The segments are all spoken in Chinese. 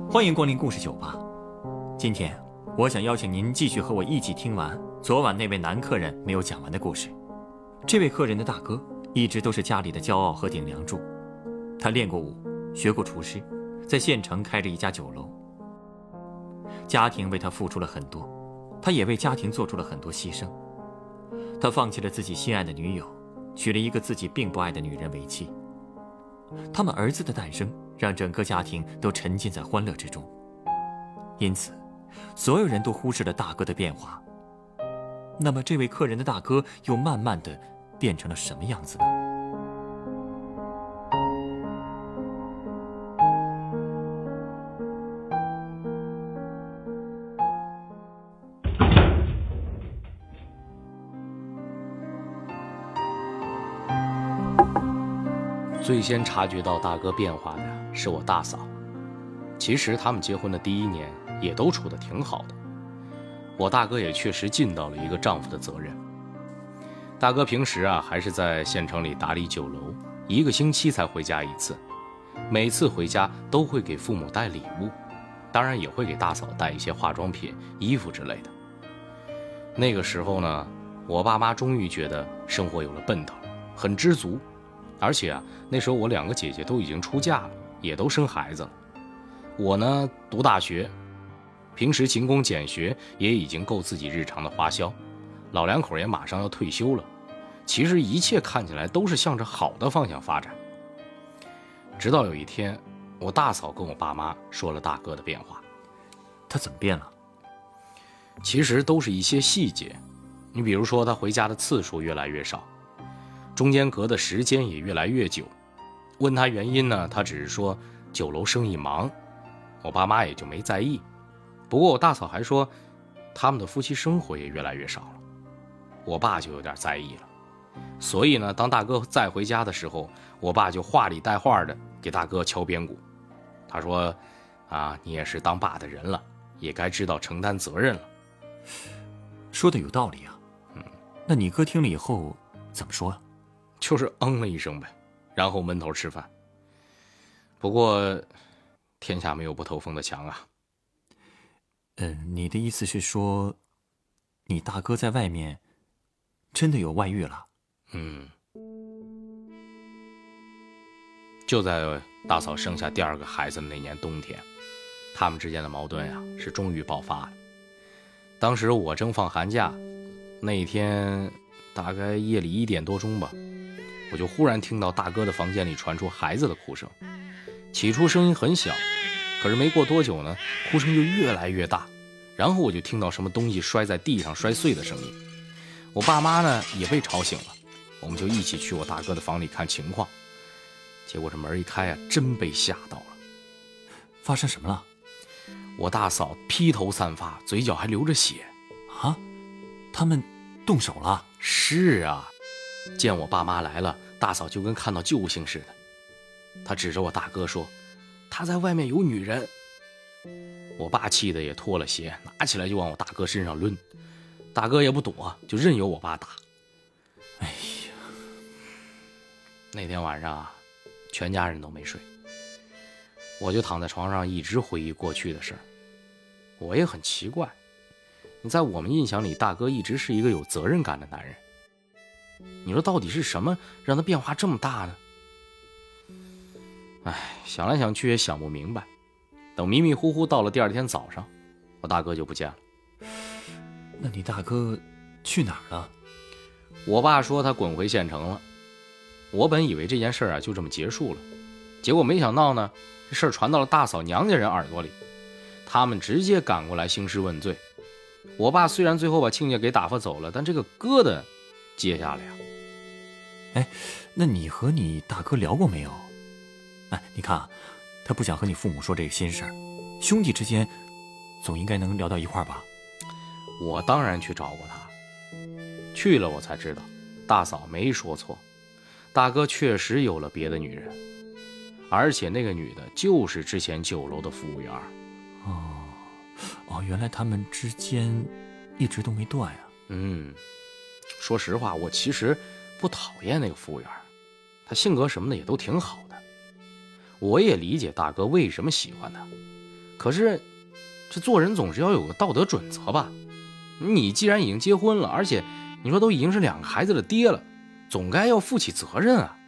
欢迎光临故事酒吧。今天，我想邀请您继续和我一起听完昨晚那位男客人没有讲完的故事。这位客人的大哥一直都是家里的骄傲和顶梁柱，他练过舞，学过厨师，在县城开着一家酒楼。家庭为他付出了很多，他也为家庭做出了很多牺牲。他放弃了自己心爱的女友，娶了一个自己并不爱的女人为妻。他们儿子的诞生让整个家庭都沉浸在欢乐之中，因此所有人都忽视了大哥的变化。那么这位客人的大哥又慢慢的变成了什么样子呢？ 最先察觉到大哥变化的是我大嫂。其实他们结婚的第1年也都处得挺好的，我大哥也确实尽到了一个丈夫的责任。大哥平时还是在县城里打理酒楼，1个星期才回家1次，每次回家都会给父母带礼物，当然也会给大嫂带一些化妆品、衣服之类的。那个时候呢，我爸妈终于觉得生活有了奔头，很知足。而且那时候我2个姐姐都已经出嫁了，也都生孩子了。我呢读大学，平时勤工俭学也已经够自己日常的花销，老两口也马上要退休了。其实一切看起来都是向着好的方向发展。直到有一天，我大嫂跟我爸妈说了大哥的变化。 他怎么变了？ 其实都是一些细节，你比如说他回家的次数越来越少，中间隔的时间也越来越久。问他原因呢，他只是说酒楼生意忙，我爸妈也就没在意。不过我大嫂还说他们的夫妻生活也越来越少了，我爸就有点在意了。所以呢，当大哥再回家的时候，我爸就话里带话的给大哥敲边鼓。他说你也是当爸的人了，也该知道承担责任了。 说的有道理啊。那你哥听了以后怎么说啊？ 就是了一声呗，然后闷头吃饭。不过天下没有不透风的墙啊。 你的意思是说你大哥在外面真的有外遇了？ 就在大嫂生下第2个孩子的那年冬天，他们之间的矛盾是终于爆发了。当时我正放寒假，那一天大概夜里1点多钟吧，我就忽然听到大哥的房间里传出孩子的哭声。起初声音很小，可是没过多久呢，哭声就越来越大，然后我就听到什么东西摔在地上摔碎的声音。我爸妈呢也被吵醒了，我们就一起去我大哥的房里看情况。结果这门一开真被吓到了。 发生什么了？ 我大嫂披头散发，嘴角还流着血。 他们动手了？ 是啊，见我爸妈来了，大嫂就跟看到救星似的。她指着我大哥说他在外面有女人。我爸气得也脱了鞋，拿起来就往我大哥身上抡。大哥也不躲，就任由我爸打。 哎呀， 那天晚上全家人都没睡，我就躺在床上一直回忆过去的事儿。我也很奇怪，你在我们印象里，大哥一直是一个有责任感的男人。你说到底是什么让他变化这么大呢？想来想去也想不明白。等迷迷糊糊到了第2天早上，我大哥就不见了。 那你大哥去哪儿了？ 我爸说他滚回县城了。我本以为这件事就这么结束了，结果没想到呢，这事儿传到了大嫂娘家人耳朵里，他们直接赶过来兴师问罪。我爸虽然最后把亲家给打发走了，但这个疙瘩接下了呀。 那你和你大哥聊过没有？你看他不想和你父母说这个心事儿，兄弟之间总应该能聊到一块儿吧？ 我当然去找过他，去了我才知道大嫂没说错，大哥确实有了别的女人，而且那个女的就是之前酒楼的服务员。 原来他们之间一直都没断呀。 说实话，我其实不讨厌那个服务员，他性格什么的也都挺好的。我也理解大哥为什么喜欢他， 可是这做人总是要有个道德准则吧？你既然已经结婚了，而且你说都已经是2个孩子的爹了，总该要负起责任啊。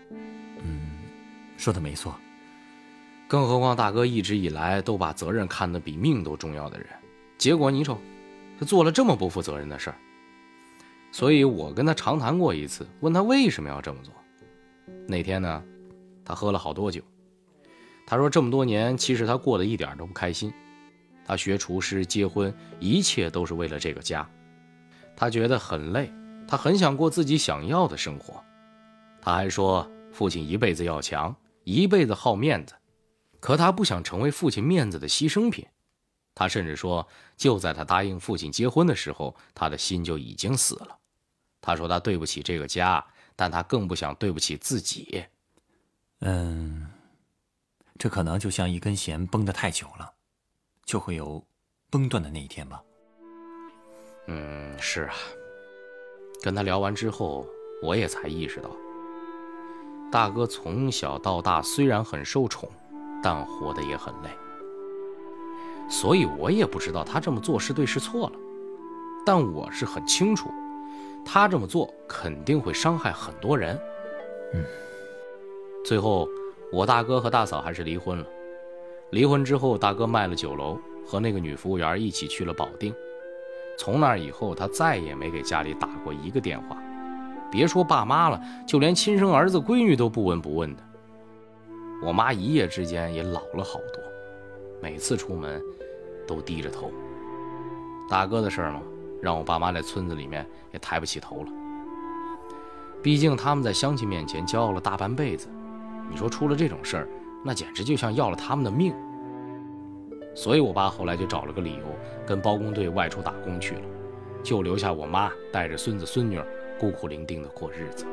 说的没错。 更何况大哥一直以来都把责任看得比命都重要的人，结果你瞅，他做了这么不负责任的事儿。所以我跟他长谈过一次，问他为什么要这么做。那天呢，他喝了好多酒。他说这么多年其实他过得一点都不开心，他学厨师结婚一切都是为了这个家，他觉得很累，他很想过自己想要的生活。他还说父亲一辈子要强，一辈子好面子，可他不想成为父亲面子的牺牲品。他甚至说就在他答应父亲结婚的时候，他的心就已经死了。他说他对不起这个家，但他更不想对不起自己。 这可能就像一根弦绷得太久了，就会有崩断的那一天吧。 是啊。跟他聊完之后，我也才意识到，大哥从小到大虽然很受宠，但活得也很累。所以我也不知道他这么做是对是错了，但我是很清楚，他这么做肯定会伤害很多人。最后我大哥和大嫂还是离婚了。离婚之后，大哥卖了酒楼，和那个女服务员一起去了保定。从那以后，他再也没给家里打过一个电话，别说爸妈了，就连亲生儿子闺女都不闻不问的。我妈一夜之间也老了好多，每次出门都低着头。大哥的事儿嘛，让我爸妈在村子里面也抬不起头了。毕竟他们在乡亲面前骄傲了大半辈子，你说出了这种事儿，那简直就像要了他们的命。所以我爸后来就找了个理由，跟包工队外出打工去了，就留下我妈带着孙子孙女孤苦伶仃的过日子。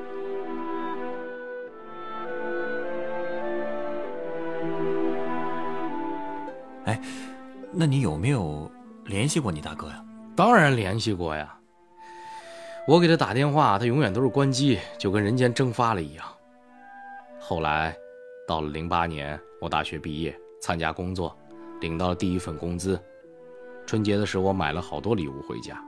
那你有没有联系过你大哥呀？ 当然联系过呀，我给他打电话，他永远都是关机，就跟人间蒸发了一样。后来到了08年，我大学毕业，参加工作，领到了第一份工资。春节的时候，我买了好多礼物回家。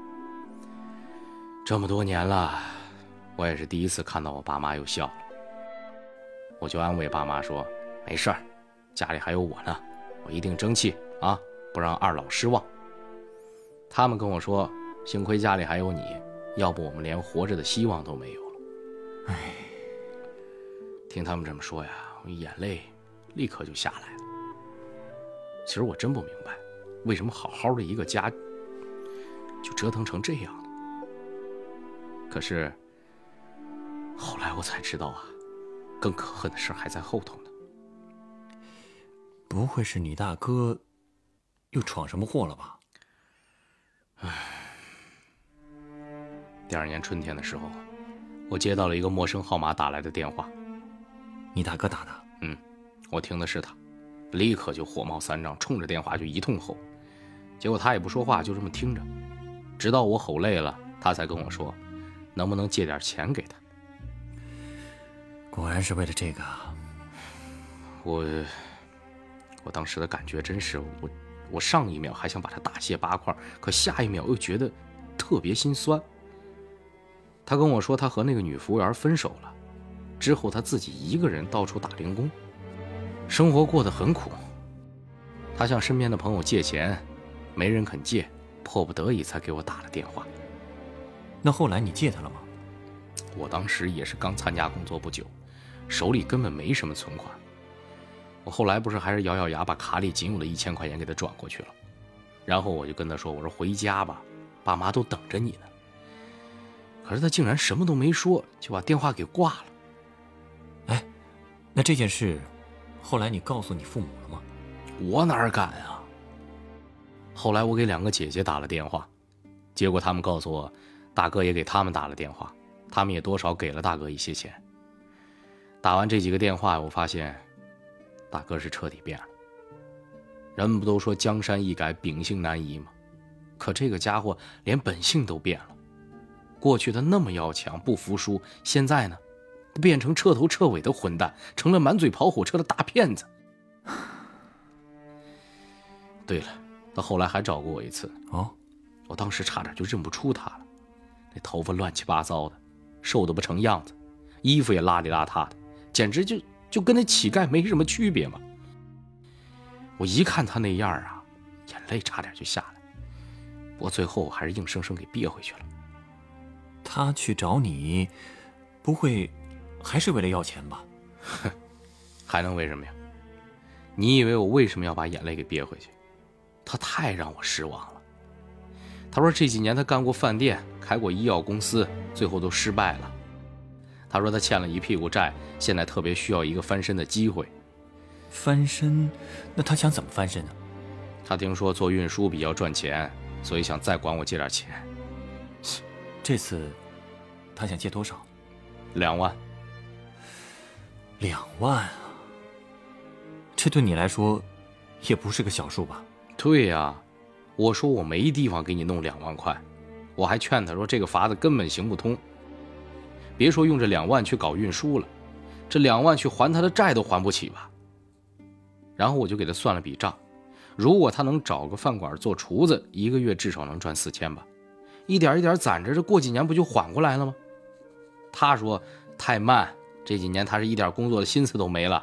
这么多年了，我也是第一次看到我爸妈又笑了。我就安慰爸妈说，没事儿，家里还有我呢，我一定争气啊，不让二老失望。他们跟我说，幸亏家里还有你，要不我们连活着的希望都没有了。听他们这么说呀，我眼泪立刻就下来了。其实我真不明白，为什么好好的一个家就折腾成这样了。可是后来我才知道啊，更可恨的事还在后头呢。 不会是你大哥又闯什么祸了吧？ 第2年春天的时候，我接到了一个陌生号码打来的电话。 你大哥打的？ 我听的是他，立刻就火冒三丈，冲着电话就一通吼。结果他也不说话，就这么听着，直到我吼累了，他才跟我说，能不能借点钱给他。 果然是为了这个。 我当时的感觉真是，我上一秒还想把他大卸8块，可下一秒又觉得特别心酸。他跟我说他和那个女服务员分手了，之后他自己一个人到处打零工，生活过得很苦。他向身边的朋友借钱，没人肯借，迫不得已才给我打了电话。 那后来你借他了吗？ 我当时也是刚参加工作不久，手里根本没什么存款。我后来不是还是咬咬牙把卡里仅有的1000块钱给他转过去了，然后我就跟他说，我说回家吧，爸妈都等着你呢。可是他竟然什么都没说，就把电话给挂了。 那这件事后来你告诉你父母了吗？ 我哪敢啊。后来我给2个姐姐打了电话，结果他们告诉我，大哥也给他们打了电话，他们也多少给了大哥一些钱。打完这几个电话，我发现大哥是彻底变了。人们不都说江山易改，秉性难移吗？可这个家伙连本性都变了。过去他那么要强，不服输，现在呢，变成彻头彻尾的混蛋，成了满嘴跑火车的大骗子。 对了，他后来还找过我一次。 哦， 我当时差点就认不出他了，那头发乱七八糟的，瘦得不成样子，衣服也邋里邋遢的，简直就跟那乞丐没什么区别嘛。我一看他那样啊，眼泪差点就下来，不过最后还是硬生生给憋回去了。 他去找你，不会还是为了要钱吧？ 还能为什么呀？你以为我为什么要把眼泪给憋回去？他太让我失望了。他说这几年他干过饭店，开过医药公司，最后都失败了。他说他欠了一屁股债，现在特别需要一个翻身的机会。 翻身？那他想怎么翻身呢？ 他听说做运输比较赚钱，所以想再管我借点钱。 这次他想借多少 ？2万。 2万啊！这对你来说也不是个小数吧？ 对呀，我说我没地方给你弄2万块，我还劝他说这个法子根本行不通。别说用这2万去搞运输了，这2万去还他的债都还不起吧。然后我就给他算了笔账，如果他能找个饭馆做厨子，1个月至少能赚4000吧，一点一点攒着，这过几年不就缓过来了吗？他说太慢，这几年他是一点工作的心思都没了。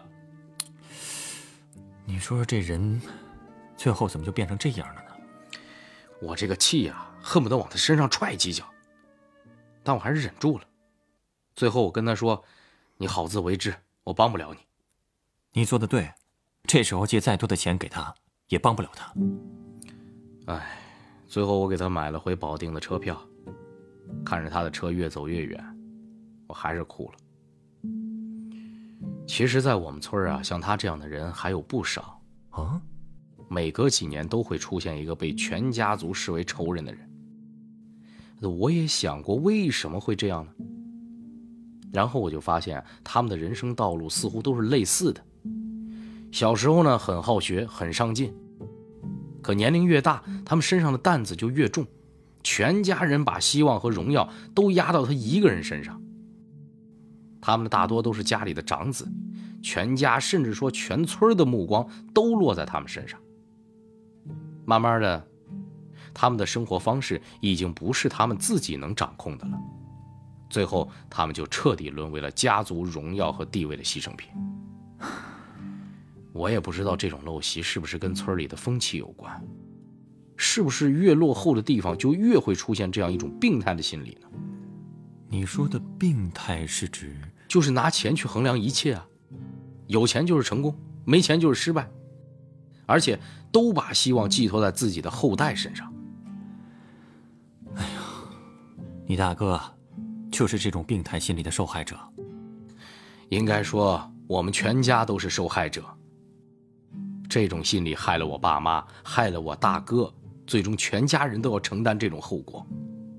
你说说这人最后怎么就变成这样了呢？ 我这个气啊，恨不得往他身上踹几脚，但我还是忍住了。最后我跟他说，你好自为之，我帮不了你。 你做的对，这时候借再多的钱给他也帮不了他。 哎，最后我给他买了回保定的车票，看着他的车越走越远，我还是哭了。其实在我们村啊，像他这样的人还有不少啊。 每隔几年都会出现一个被全家族视为仇人的人。我也想过为什么会这样呢？然后我就发现他们的人生道路似乎都是类似的。小时候呢，很好学，很上进，可年龄越大，他们身上的担子就越重，全家人把希望和荣耀都压到他一个人身上。他们的大多都是家里的长子，全家甚至说全村的目光都落在他们身上。慢慢的，他们的生活方式已经不是他们自己能掌控的了，最后他们就彻底沦为了家族荣耀和地位的牺牲品。我也不知道这种陋习是不是跟村里的风气有关，是不是越落后的地方就越会出现这样一种病态的心理呢？ 你说的病态是指？ 就是拿钱去衡量一切啊，有钱就是成功，没钱就是失败，而且都把希望寄托在自己的后代身上。 哎呀，你大哥就是这种病态心理的受害者。 应该说我们全家都是受害者。这种心理害了我爸妈，害了我大哥，最终全家人都要承担这种后果。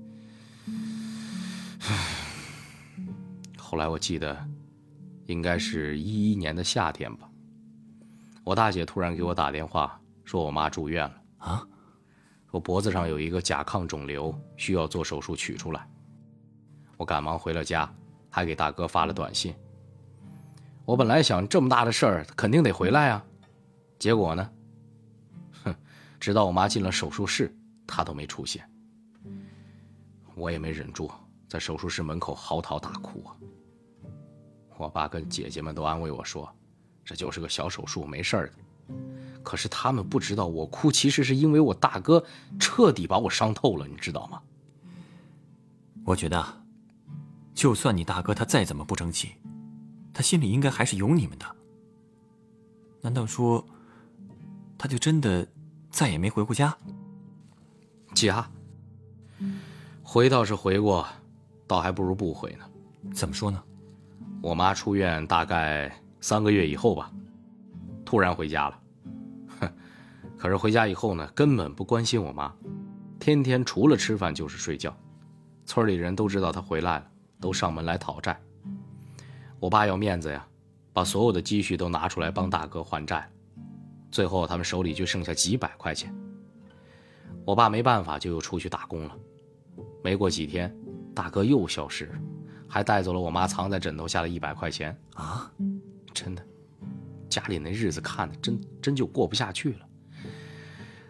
后来我记得应该是2011年的夏天吧，我大姐突然给我打电话说我妈住院了啊， 说脖子上有一个甲亢肿瘤，需要做手术取出来。我赶忙回了家，还给大哥发了短信。我本来想这么大的事儿肯定得回来啊，结果呢，直到我妈进了手术室，她都没出现。我也没忍住，在手术室门口嚎啕大哭啊。我爸跟姐姐们都安慰我说，这就是个小手术，没事儿的。可是他们不知道，我哭其实是因为我大哥彻底把我伤透了，你知道吗？ 我觉得，就算你大哥他再怎么不争气，他心里应该还是有你们的。难道说，他就真的再也没回过家？ 家，回倒是回过，倒还不如不回呢。 怎么说呢？ 我妈出院大概3个月以后吧，突然回家了。可是回家以后呢，根本不关心我妈，天天除了吃饭就是睡觉。村里人都知道她回来了，都上门来讨债。我爸要面子呀，把所有的积蓄都拿出来帮大哥还债。最后他们手里就剩下几百块钱。我爸没办法，就又出去打工了。没过几天，大哥又消失了，还带走了我妈藏在枕头下的100块钱啊！ 真的，家里那日子看的真就过不下去了。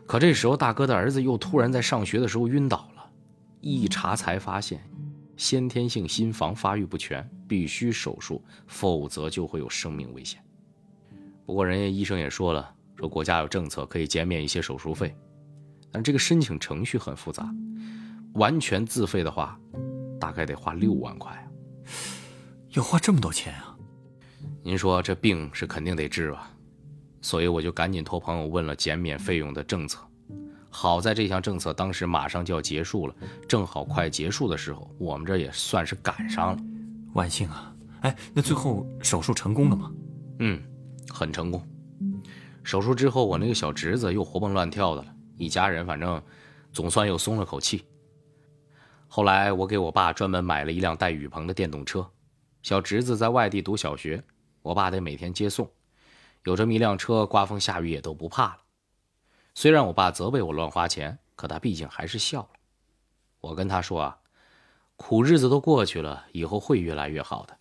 可这时候大哥的儿子又突然在上学的时候晕倒了，一查才发现先天性心房发育不全，必须手术，否则就会有生命危险。不过人家医生也说了，说国家有政策可以减免一些手术费，但这个申请程序很复杂，完全自费的话大概得花6万块啊。 要花这么多钱啊？ 您说这病是肯定得治吧，所以我就赶紧托朋友问了减免费用的政策。好在这项政策当时马上就要结束了，正好快结束的时候，我们这也算是赶上了。 万幸啊！哎，那最后手术成功了吗？ 很成功。手术之后，我那个小侄子又活蹦乱跳的了，一家人反正总算又松了口气。后来我给我爸专门买了一辆带雨棚的电动车，小侄子在外地读小学，我爸得每天接送，有这么一辆车，刮风下雨也都不怕了。虽然我爸责备我乱花钱，可他毕竟还是笑了。我跟他说啊，苦日子都过去了，以后会越来越好的。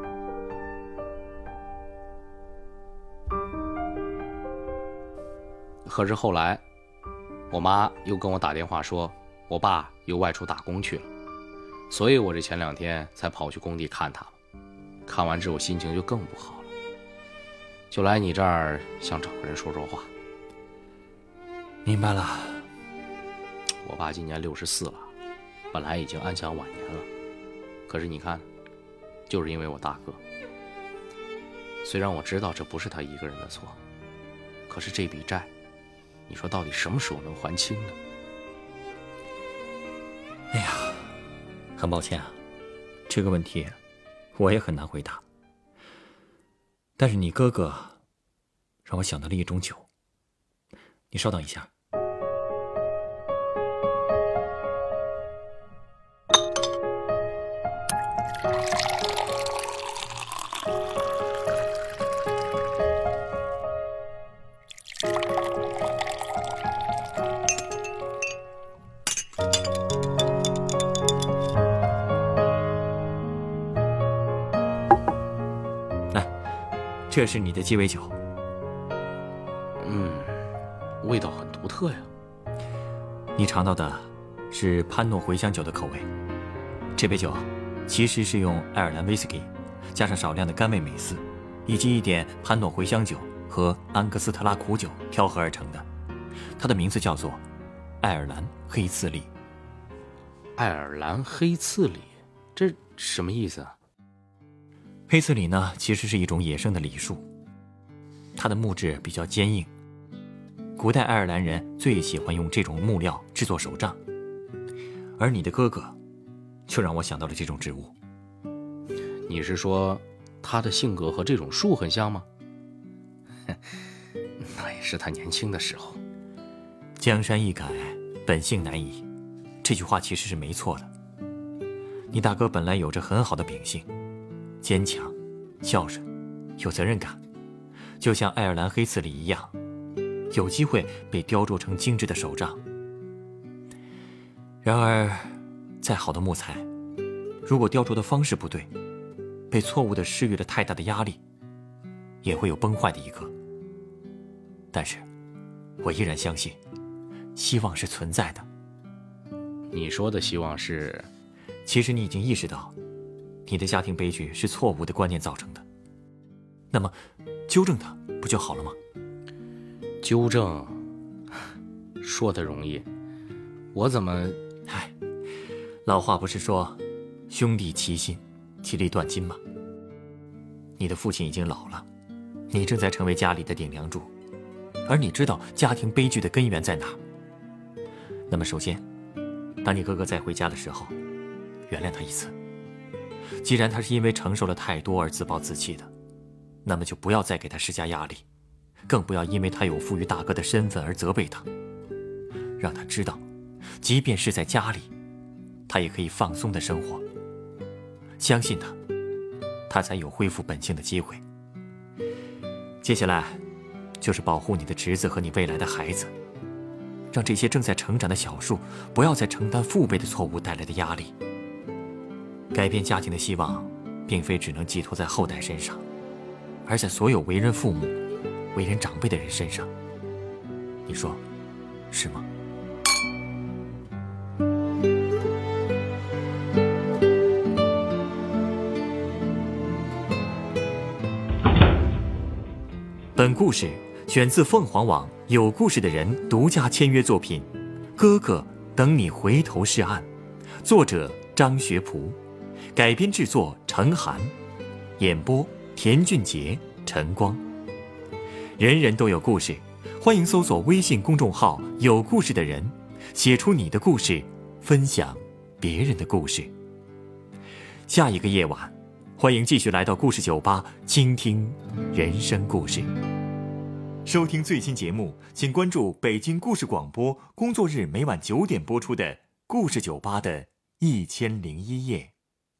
可是后来我妈又跟我打电话说，我爸又外出打工去了，所以我这前2天才跑去工地看他。看完之后心情就更不好了，就来你这儿想找个人说说话。 明白了。 我爸今年64了，本来已经安享晚年了，可是你看，就是因为我大哥。虽然我知道这不是他一个人的错，可是这笔债，你说到底什么时候能还清呢？ 哎呀，很抱歉啊，这个问题我也很难回答。但是你哥哥让我想到了一种酒，你稍等一下。这是你的鸡尾酒。 味道很独特呀。 你尝到的是潘诺茴香酒的口味。这杯酒其实是用爱尔兰威士忌加上少量的甘味美思，以及一点潘诺茴香酒和安格斯特拉苦酒调和而成的。它的名字叫做爱尔兰黑刺梨。 爱尔兰黑刺梨，这什么意思啊？ 黑刺梨呢，其实是一种野生的梨树，它的木质比较坚硬。古代爱尔兰人最喜欢用这种木料制作手杖，而你的哥哥，就让我想到了这种植物。 你是说，他的性格和这种树很像吗？那也是他年轻的时候。 江山易改，本性难移，这句话其实是没错的。你大哥本来有着很好的秉性。坚强、孝顺、有责任感，就像爱尔兰黑刺梨一样，有机会被雕琢成精致的手杖。然而，再好的木材，如果雕琢的方式不对，被错误地施予了太大的压力，也会有崩坏的一刻。但是，我依然相信，希望是存在的。 你说的希望是， 其实你已经意识到，你的家庭悲剧是错误的观念造成的，那么纠正它不就好了吗？ 纠正说的容易，我怎么…… 老话不是说兄弟齐心其利断金吗？你的父亲已经老了，你正在成为家里的顶梁柱，而你知道家庭悲剧的根源在哪儿。那么首先，当你哥哥再回家的时候，原谅他一次。既然他是因为承受了太多而自暴自弃的，那么就不要再给他施加压力，更不要因为他有负于大哥的身份而责备他。让他知道，即便是在家里，他也可以放松的生活。相信他，他才有恢复本性的机会。接下来，就是保护你的侄子和你未来的孩子，让这些正在成长的小树不要再承担父辈的错误带来的压力。改变家庭的希望，并非只能寄托在后代身上，而在所有为人父母、为人长辈的人身上。你说， 是吗？本故事选自凤凰网有故事的人独家签约作品《哥哥等你回头是岸》，作者张学仆，改编制作程涵，演播田俊杰、陈光。人人都有故事，欢迎搜索微信公众号“有故事的人”，写出你的故事，分享别人的故事。下一个夜晚，欢迎继续来到故事酒吧，倾听人生故事。收听最新节目，请关注北京故事广播，工作日每晚9点播出的故事酒吧的1001夜。